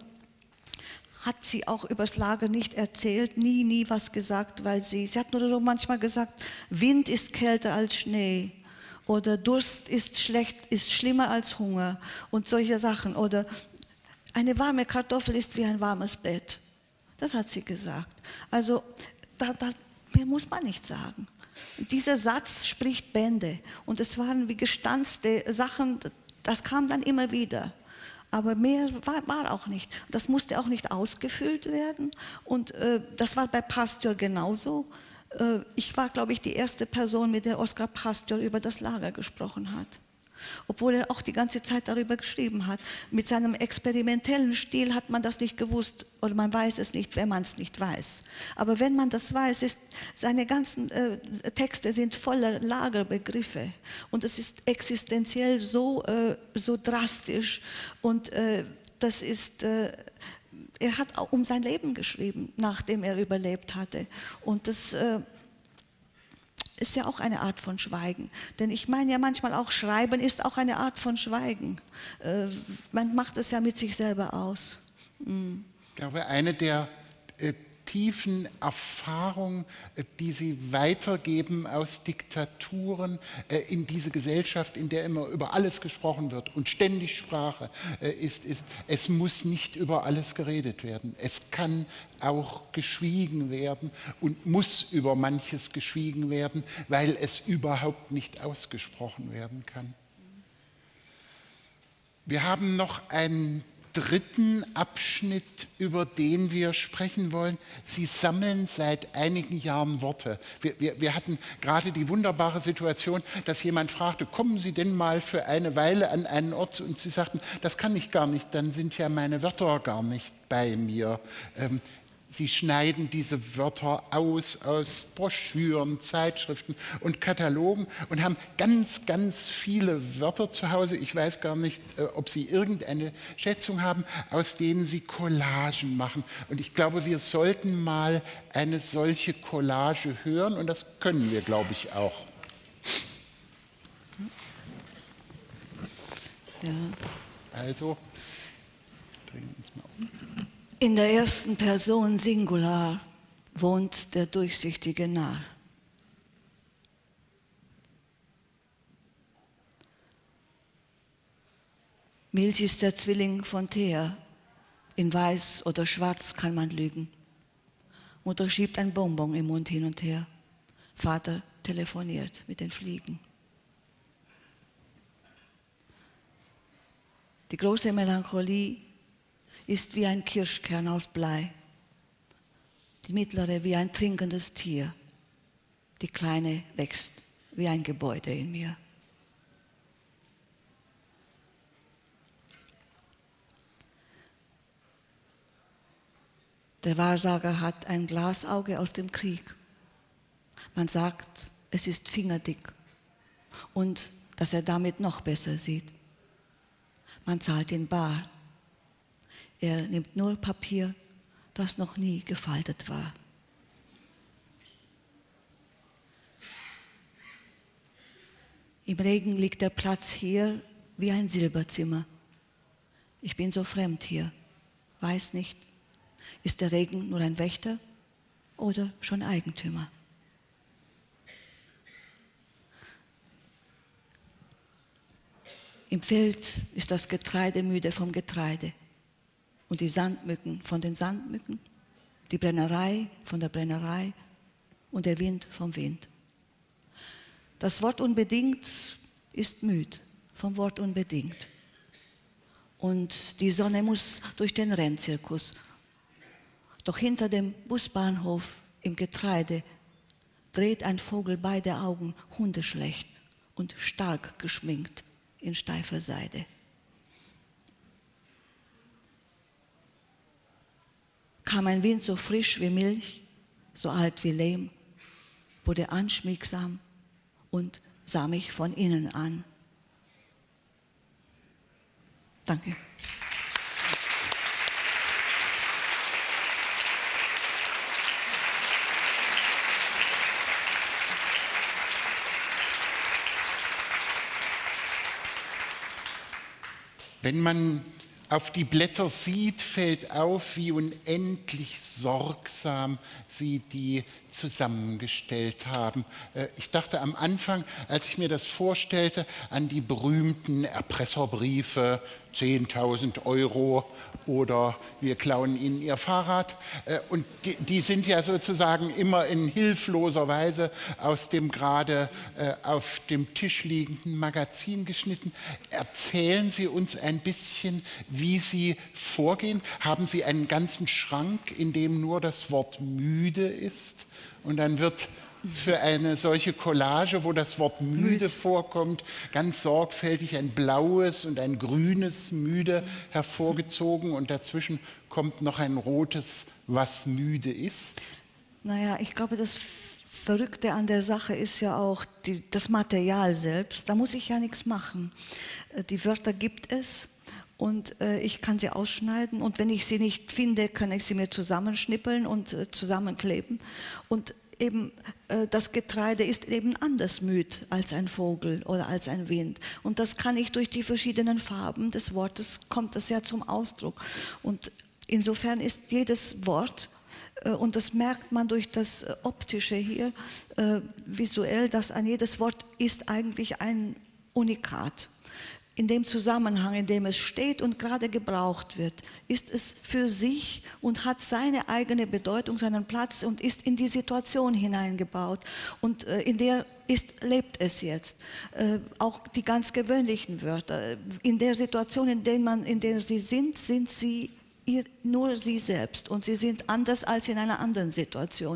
hat sie auch übers Lager nicht erzählt, nie, nie was gesagt, weil sie, sie hat nur so manchmal gesagt, Wind ist kälter als Schnee. Oder Durst ist schlecht, ist schlimmer als Hunger und solche Sachen. Oder eine warme Kartoffel ist wie ein warmes Bett. Das hat sie gesagt. Also da, da mehr muss man nicht sagen. Dieser Satz spricht Bände. Und es waren wie gestanzte Sachen, das kam dann immer wieder. Aber mehr war, war auch nicht. Das musste auch nicht ausgefüllt werden. Und äh, das war bei Pastor genauso. Ich war, glaube ich, die erste Person, mit der Oskar Pastor über das Lager gesprochen hat. Obwohl er auch die ganze Zeit darüber geschrieben hat. Mit seinem experimentellen Stil hat man das nicht gewusst oder man weiß es nicht, wenn man es nicht weiß. Aber wenn man das weiß, ist, seine ganzen äh, Texte sind voller Lagerbegriffe und es ist existenziell so, äh, so drastisch und äh, das ist... Äh, Er hat auch um sein Leben geschrieben, nachdem er überlebt hatte. Und das äh, ist ja auch eine Art von Schweigen. Denn ich meine ja manchmal auch, Schreiben ist auch eine Art von Schweigen. Äh, man macht es ja mit sich selber aus. Mm. Ich glaube, eine der äh, tiefen Erfahrungen, äh, die Sie weitergeben aus Diktaturen äh, in diese Gesellschaft, in der immer über alles gesprochen wird und ständig Sprache äh, ist, ist, es muss nicht über alles geredet werden. Es kann auch geschwiegen werden und muss über manches geschwiegen werden, weil es überhaupt nicht ausgesprochen werden kann. Wir haben noch einen dritten Abschnitt, über den wir sprechen wollen. Sie sammeln seit einigen Jahren Worte. Wir, wir, wir hatten gerade die wunderbare Situation, dass jemand fragte, kommen Sie denn mal für eine Weile an einen Ort? Und Sie sagten, das kann ich gar nicht, dann sind ja meine Wörter gar nicht bei mir. Ähm, Sie schneiden diese Wörter aus, aus Broschüren, Zeitschriften und Katalogen und haben ganz, ganz viele Wörter zu Hause. Ich weiß gar nicht, ob Sie irgendeine Schätzung haben, aus denen Sie Collagen machen. Und ich glaube, wir sollten mal eine solche Collage hören und das können wir, glaube ich, auch. Ja. Also, drehen wir uns mal um. In der ersten Person Singular wohnt der durchsichtige Narr. Milch ist der Zwilling von Thea. In Weiß oder Schwarz kann man lügen. Mutter schiebt ein Bonbon im Mund hin und her. Vater telefoniert mit den Fliegen. Die große Melancholie ist wie ein Kirschkern aus Blei, die mittlere wie ein trinkendes Tier, die kleine wächst wie ein Gebäude in mir. Der Wahrsager hat ein Glasauge aus dem Krieg. Man sagt, es ist fingerdick und dass er damit noch besser sieht. Man zahlt in bar Er nimmt nur Papier, das noch nie gefaltet war. Im Regen liegt der Platz hier wie ein Silberzimmer. Ich bin so fremd hier, weiß nicht, ist der Regen nur ein Wächter oder schon Eigentümer? Im Feld ist das Getreide müde vom Getreide und die Sandmücken von den Sandmücken, die Brennerei von der Brennerei und der Wind vom Wind. Das Wort unbedingt ist müd vom Wort unbedingt. Und die Sonne muss durch den Rennzirkus. Doch hinter dem Busbahnhof im Getreide dreht ein Vogel beide Augen hundeschlecht und stark geschminkt in steifer Seide. Kam ein Wind so frisch wie Milch, so alt wie Lehm, wurde anschmiegsam und sah mich von innen an. Danke. Wenn man auf die Blätter sieht, fällt auf, wie unendlich sorgsam Sie die zusammengestellt haben. Ich dachte am Anfang, als ich mir das vorstellte, an die berühmten Erpresserbriefe, zehntausend Euro oder wir klauen Ihnen Ihr Fahrrad. Und die, die sind ja sozusagen immer in hilfloser Weise aus dem gerade auf dem Tisch liegenden Magazin geschnitten. Erzählen Sie uns ein bisschen, wie Sie vorgehen. Haben Sie einen ganzen Schrank, in dem nur das Wort müde ist? Und dann wird für eine solche Collage, wo das Wort müde vorkommt, ganz sorgfältig ein blaues und ein grünes müde hervorgezogen und dazwischen kommt noch ein rotes, was müde ist. Naja, ich glaube, das Verrückte an der Sache ist ja auch die, das Material selbst. Da muss ich ja nichts machen. Die Wörter gibt es. Und äh, ich kann sie ausschneiden und wenn ich sie nicht finde, kann ich sie mir zusammenschnippeln und äh, zusammenkleben. Und eben äh, das Getreide ist eben anders müd als ein Vogel oder als ein Wind. Und das kann ich durch die verschiedenen Farben des Wortes, kommt das ja zum Ausdruck. Und insofern ist jedes Wort, äh, und das merkt man durch das äh, Optische hier, äh, visuell, dass an jedes Wort ist eigentlich ein Unikat. In dem Zusammenhang, in dem es steht und gerade gebraucht wird, ist es für sich und hat seine eigene Bedeutung, seinen Platz und ist in die Situation hineingebaut. Und äh, in der ist, lebt es jetzt. Äh, auch die ganz gewöhnlichen Wörter. In der Situation, in der, man, in der sie sind, sind sie ihr, nur sie selbst. Und sie sind anders als in einer anderen Situation.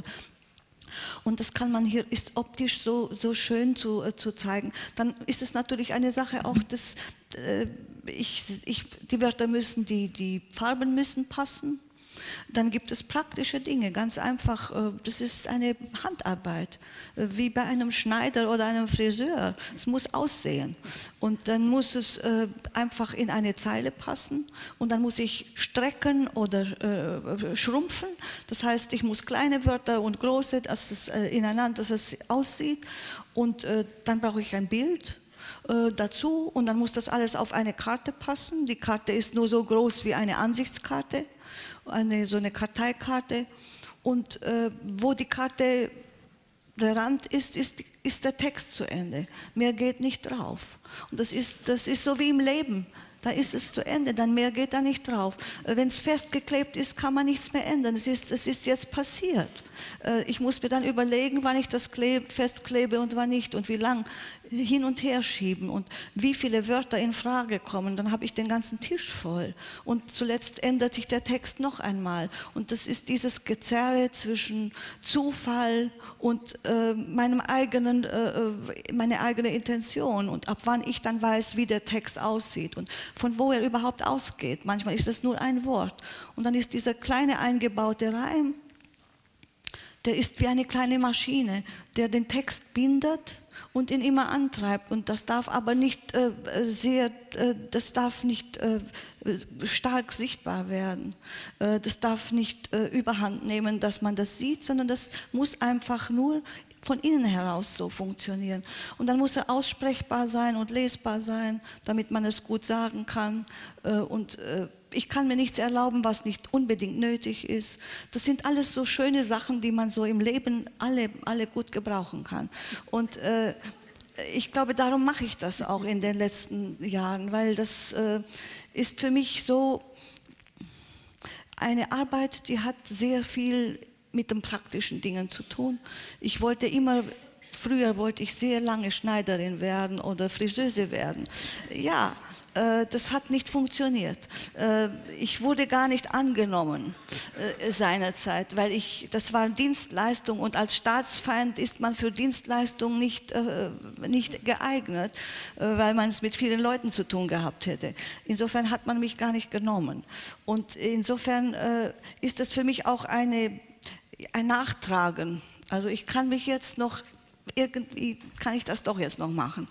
Und das kann man hier, ist optisch so, so schön zu, äh, zu zeigen. Dann ist es natürlich eine Sache auch, dass äh, ich, ich, die Wörter müssen, die, die Farben müssen passen. Dann gibt es praktische Dinge, ganz einfach, äh, das ist eine Handarbeit, äh, wie bei einem Schneider oder einem Friseur. Es muss aussehen und dann muss es äh, einfach in eine Zeile passen und dann muss ich strecken oder äh, schrumpfen. Das heißt, ich muss kleine Wörter und große, dass es äh, ineinander, dass es aussieht und äh, dann brauche ich ein Bild äh, dazu und dann muss das alles auf eine Karte passen. Die Karte ist nur so groß wie eine Ansichtskarte. Eine, so eine Karteikarte und äh, wo die Karte der Rand ist, ist, ist der Text zu Ende. Mehr geht nicht drauf. Und das ist, das ist so wie im Leben. Da ist es zu Ende, dann mehr geht da nicht drauf. Wenn es festgeklebt ist, kann man nichts mehr ändern. Es ist, es ist jetzt passiert. Ich muss mir dann überlegen, wann ich das kleb, festklebe und wann nicht und wie lang hin und her schieben und wie viele Wörter in Frage kommen. Dann habe ich den ganzen Tisch voll. Und zuletzt ändert sich der Text noch einmal. Und das ist dieses Gezerre zwischen Zufall und äh, meinem eigenen, äh, meine eigene Intention und ab wann ich dann weiß, wie der Text aussieht und von wo er überhaupt ausgeht. Manchmal ist es nur ein Wort. Und dann ist dieser kleine eingebaute Reim, der ist wie eine kleine Maschine, der den Text bindet und ihn immer antreibt. Und das darf aber nicht äh, sehr, äh, das darf nicht äh, stark sichtbar werden. Äh, das darf nicht äh, überhand nehmen, dass man das sieht, sondern das muss einfach nur von innen heraus so funktionieren. Und dann muss er aussprechbar sein und lesbar sein, damit man es gut sagen kann. Äh, und äh, ich kann mir nichts erlauben, was nicht unbedingt nötig ist. Das sind alles so schöne Sachen, die man so im Leben alle, alle gut gebrauchen kann. Und äh, ich glaube, darum mache ich das auch in den letzten Jahren, weil das äh, ist für mich so eine Arbeit, die hat sehr viel mit den praktischen Dingen zu tun. Ich wollte immer, früher wollte ich sehr lange Schneiderin werden oder Friseuse werden. Ja, äh, das hat nicht funktioniert. Äh, ich wurde gar nicht angenommen äh, seinerzeit, weil ich, das war Dienstleistung und als Staatsfeind ist man für Dienstleistung nicht, äh, nicht geeignet, äh, weil man es mit vielen Leuten zu tun gehabt hätte. Insofern hat man mich gar nicht genommen. Und insofern äh, ist das für mich auch eine ein Nachtragen. Also ich kann mich jetzt noch, irgendwie kann ich das doch jetzt noch machen.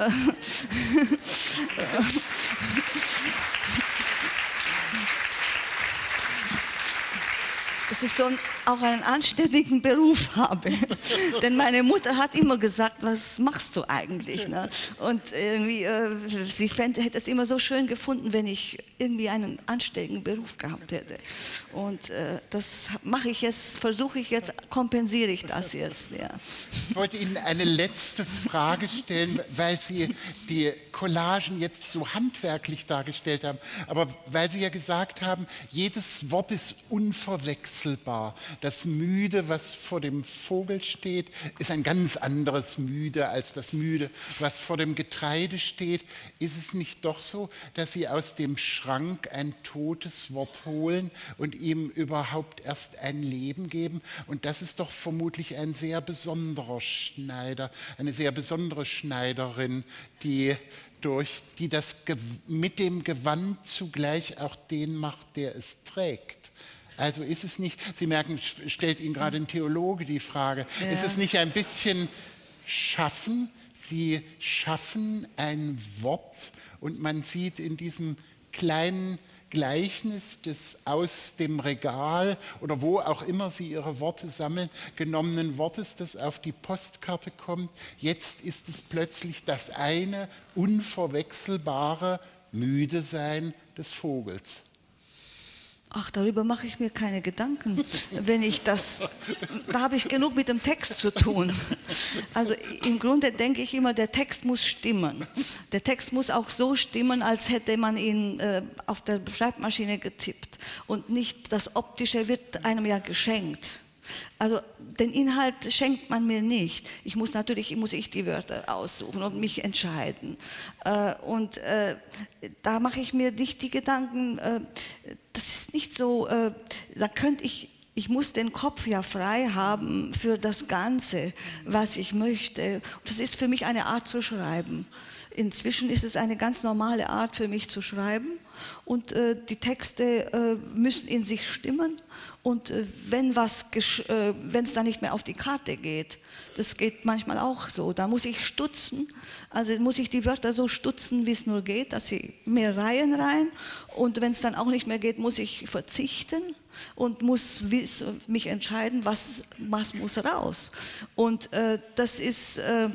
Dass ich so auch einen anständigen Beruf habe. Denn meine Mutter hat immer gesagt, was machst du eigentlich? Ne? Und irgendwie, äh, sie fänd, hätte es immer so schön gefunden, wenn ich irgendwie einen anständigen Beruf gehabt hätte. Und äh, das mache ich jetzt, versuche ich jetzt, kompensiere ich das jetzt. Ja. Ich wollte Ihnen eine letzte Frage stellen, weil Sie die Collagen jetzt so handwerklich dargestellt haben. Aber weil Sie ja gesagt haben, jedes Wort ist unverwechselbar. Das Müde, was vor dem Vogel steht, ist ein ganz anderes Müde als das Müde, was vor dem Getreide steht. Ist es nicht doch so, dass Sie aus dem Schrank ein totes Wort holen und ihm überhaupt erst ein Leben geben? Und das ist doch vermutlich ein sehr besonderer Schneider, eine sehr besondere Schneiderin, die, durch, die das mit dem Gewand zugleich auch den macht, der es trägt. Also ist es nicht, Sie merken, stellt Ihnen gerade ein Theologe die Frage, ja. Ist es nicht ein bisschen Schaffen? Sie schaffen ein Wort und man sieht in diesem kleinen Gleichnis des aus dem Regal oder wo auch immer Sie Ihre Worte sammeln, genommenen Wortes, das auf die Postkarte kommt. Jetzt ist es plötzlich das eine unverwechselbare Müdesein des Vogels. Ach, darüber mache ich mir keine Gedanken, wenn ich das, da habe ich genug mit dem Text zu tun. Also im Grunde denke ich immer, der Text muss stimmen. Der Text muss auch so stimmen, als hätte man ihn äh, auf der Schreibmaschine getippt. Und nicht das Optische wird einem ja geschenkt. Also den Inhalt schenkt man mir nicht. Ich muss natürlich muss ich die Wörter aussuchen und mich entscheiden. Äh, und äh, da mache ich mir nicht die Gedanken, äh, das ist nicht so, äh, da könnte ich, ich muss den Kopf ja frei haben für das Ganze, was ich möchte. Das ist für mich eine Art zu schreiben. Inzwischen ist es eine ganz normale Art für mich zu schreiben und äh, die Texte äh, müssen in sich stimmen und äh, wenn was äh, wenn es dann nicht mehr auf die Karte geht, das geht manchmal auch so, da muss ich stutzen, also muss ich die Wörter so stutzen, wie es nur geht, dass sie mehr Reihen rein und wenn es dann auch nicht mehr geht, muss ich verzichten und muss mich entscheiden, was, was muss raus und äh, das ist äh,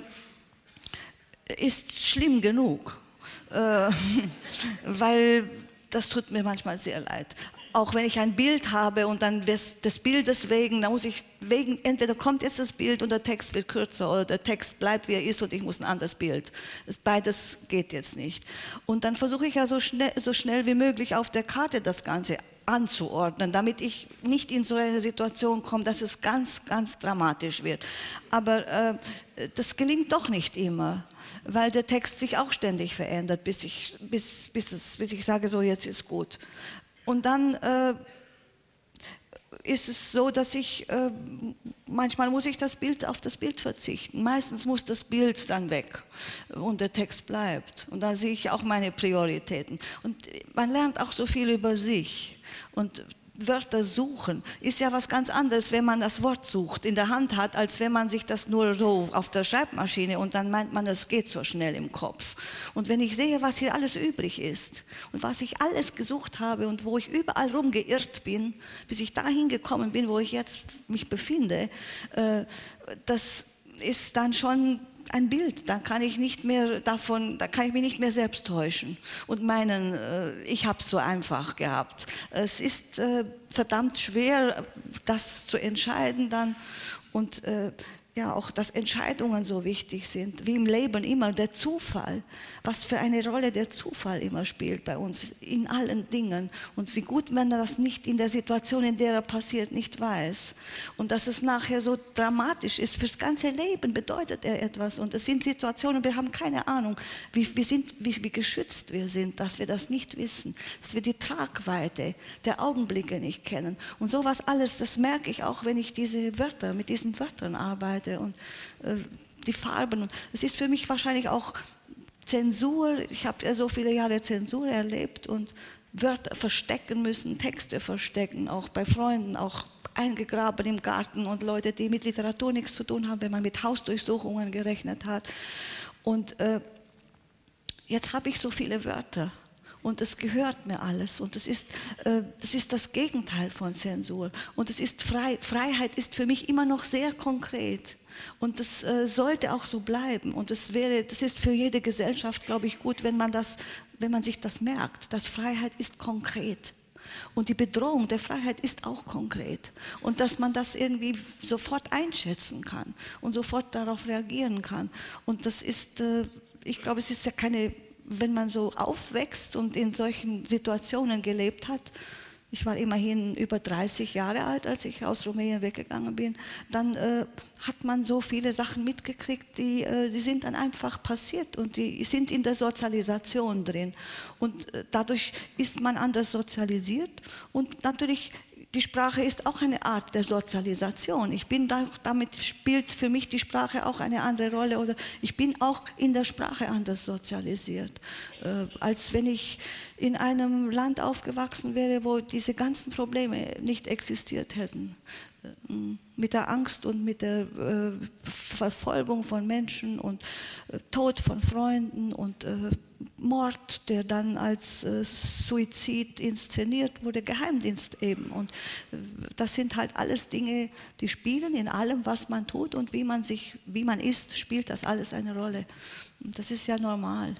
ist schlimm genug, äh, weil das tut mir manchmal sehr leid. Auch wenn ich ein Bild habe und dann des, des Bildes wegen, da muss ich wegen, entweder kommt jetzt das Bild und der Text wird kürzer oder der Text bleibt, wie er ist und ich muss ein anderes Bild. Das, beides geht jetzt nicht. Und dann versuche ich ja so schnell, so schnell wie möglich auf der Karte das Ganze anzuordnen, damit ich nicht in so eine Situation komme, dass es ganz, ganz dramatisch wird. Aber äh, das gelingt doch nicht immer, weil der Text sich auch ständig verändert, bis ich, bis, bis es, bis ich sage, so jetzt ist gut. Und dann äh, ist es so, dass ich, äh, manchmal muss ich das Bild auf das Bild verzichten. Meistens muss das Bild dann weg und der Text bleibt. Und da sehe ich auch meine Prioritäten. Und man lernt auch so viel über sich. Und Wörter suchen ist ja was ganz anderes, wenn man das Wort sucht, in der Hand hat, als wenn man sich das nur so auf der Schreibmaschine und dann meint man, es geht so schnell im Kopf. Und wenn ich sehe, was hier alles übrig ist und was ich alles gesucht habe und wo ich überall rumgeirrt bin, bis ich dahin gekommen bin, wo ich jetzt mich befinde, äh, das ist dann schon ein Bild, da kann ich nicht mehr davon, da kann ich mich nicht mehr selbst täuschen und meinen, äh, ich habe es so einfach gehabt. Es ist äh, verdammt schwer, das zu entscheiden dann und äh, ja, auch, dass Entscheidungen so wichtig sind, wie im Leben immer, der Zufall, was für eine Rolle der Zufall immer spielt bei uns, in allen Dingen und wie gut, wenn er das nicht in der Situation, in der er passiert, nicht weiß und dass es nachher so dramatisch ist, fürs ganze Leben bedeutet er etwas und es sind Situationen, wir haben keine Ahnung, wie, wie, sind, wie, wie geschützt wir sind, dass wir das nicht wissen, dass wir die Tragweite der Augenblicke nicht kennen und sowas alles, das merke ich auch, wenn ich diese Wörter, mit diesen Wörtern arbeite und äh, die Farben. Es ist für mich wahrscheinlich auch Zensur. Ich habe ja so viele Jahre Zensur erlebt und Wörter verstecken müssen, Texte verstecken, auch bei Freunden, auch eingegraben im Garten und Leute, die mit Literatur nichts zu tun haben, wenn man mit Hausdurchsuchungen gerechnet hat. Und äh, jetzt habe ich so viele Wörter. Und es gehört mir alles. Und es ist, äh, das ist das Gegenteil von Zensur. Und es ist frei, Freiheit ist für mich immer noch sehr konkret. Und das äh, sollte auch so bleiben. Und das wäre, das ist für jede Gesellschaft, glaube ich, gut, wenn man das, wenn man sich das merkt, dass Freiheit ist konkret. Und die Bedrohung der Freiheit ist auch konkret. Und dass man das irgendwie sofort einschätzen kann und sofort darauf reagieren kann. Und das ist, äh, ich glaube, es ist ja keine, wenn man so aufwächst und in solchen Situationen gelebt hat, ich war immerhin über dreißig Jahre alt, als ich aus Rumänien weggegangen bin, dann äh, hat man so viele Sachen mitgekriegt, die, äh, die sind dann einfach passiert und die sind in der Sozialisation drin. Und äh, dadurch ist man anders sozialisiert und natürlich die Sprache ist auch eine Art der Sozialisation. Ich bin da, damit spielt für mich die Sprache auch eine andere Rolle oder ich bin auch in der Sprache anders sozialisiert, äh, als wenn ich in einem Land aufgewachsen wäre, wo diese ganzen Probleme nicht existiert hätten. Äh, mit der Angst und mit der äh, Verfolgung von Menschen und äh, Tod von Freunden und äh, Mord, der dann als äh, Suizid inszeniert wurde, Geheimdienst eben. Und äh, das sind halt alles Dinge, die spielen in allem, was man tut und wie man sich, wie man ist, spielt das alles eine Rolle. Und das ist ja normal.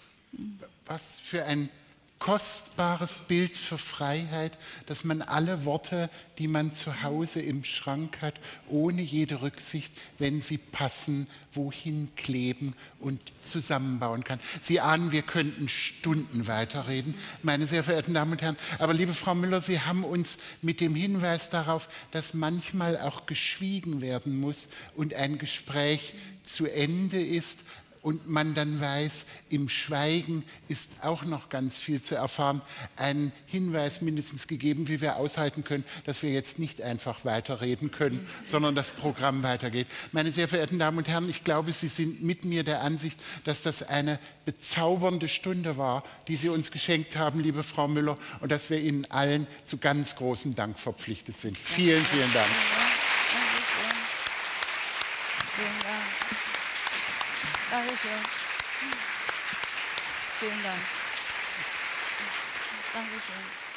Was für ein kostbares Bild für Freiheit, dass man alle Worte, die man zu Hause im Schrank hat, ohne jede Rücksicht, wenn sie passen, wohin kleben und zusammenbauen kann. Sie ahnen, wir könnten Stunden weiterreden, meine sehr verehrten Damen und Herren. Aber liebe Frau Müller, Sie haben uns mit dem Hinweis darauf, dass manchmal auch geschwiegen werden muss und ein Gespräch zu Ende ist, und man dann weiß, im Schweigen ist auch noch ganz viel zu erfahren, einen Hinweis mindestens gegeben, wie wir aushalten können, dass wir jetzt nicht einfach weiterreden können, sondern das Programm weitergeht. Meine sehr verehrten Damen und Herren, ich glaube, Sie sind mit mir der Ansicht, dass das eine bezaubernde Stunde war, die Sie uns geschenkt haben, liebe Frau Müller, und dass wir Ihnen allen zu ganz großem Dank verpflichtet sind. Vielen, vielen Dank. Vielen Dank. Dankeschön. Vielen Dank. Dankeschön.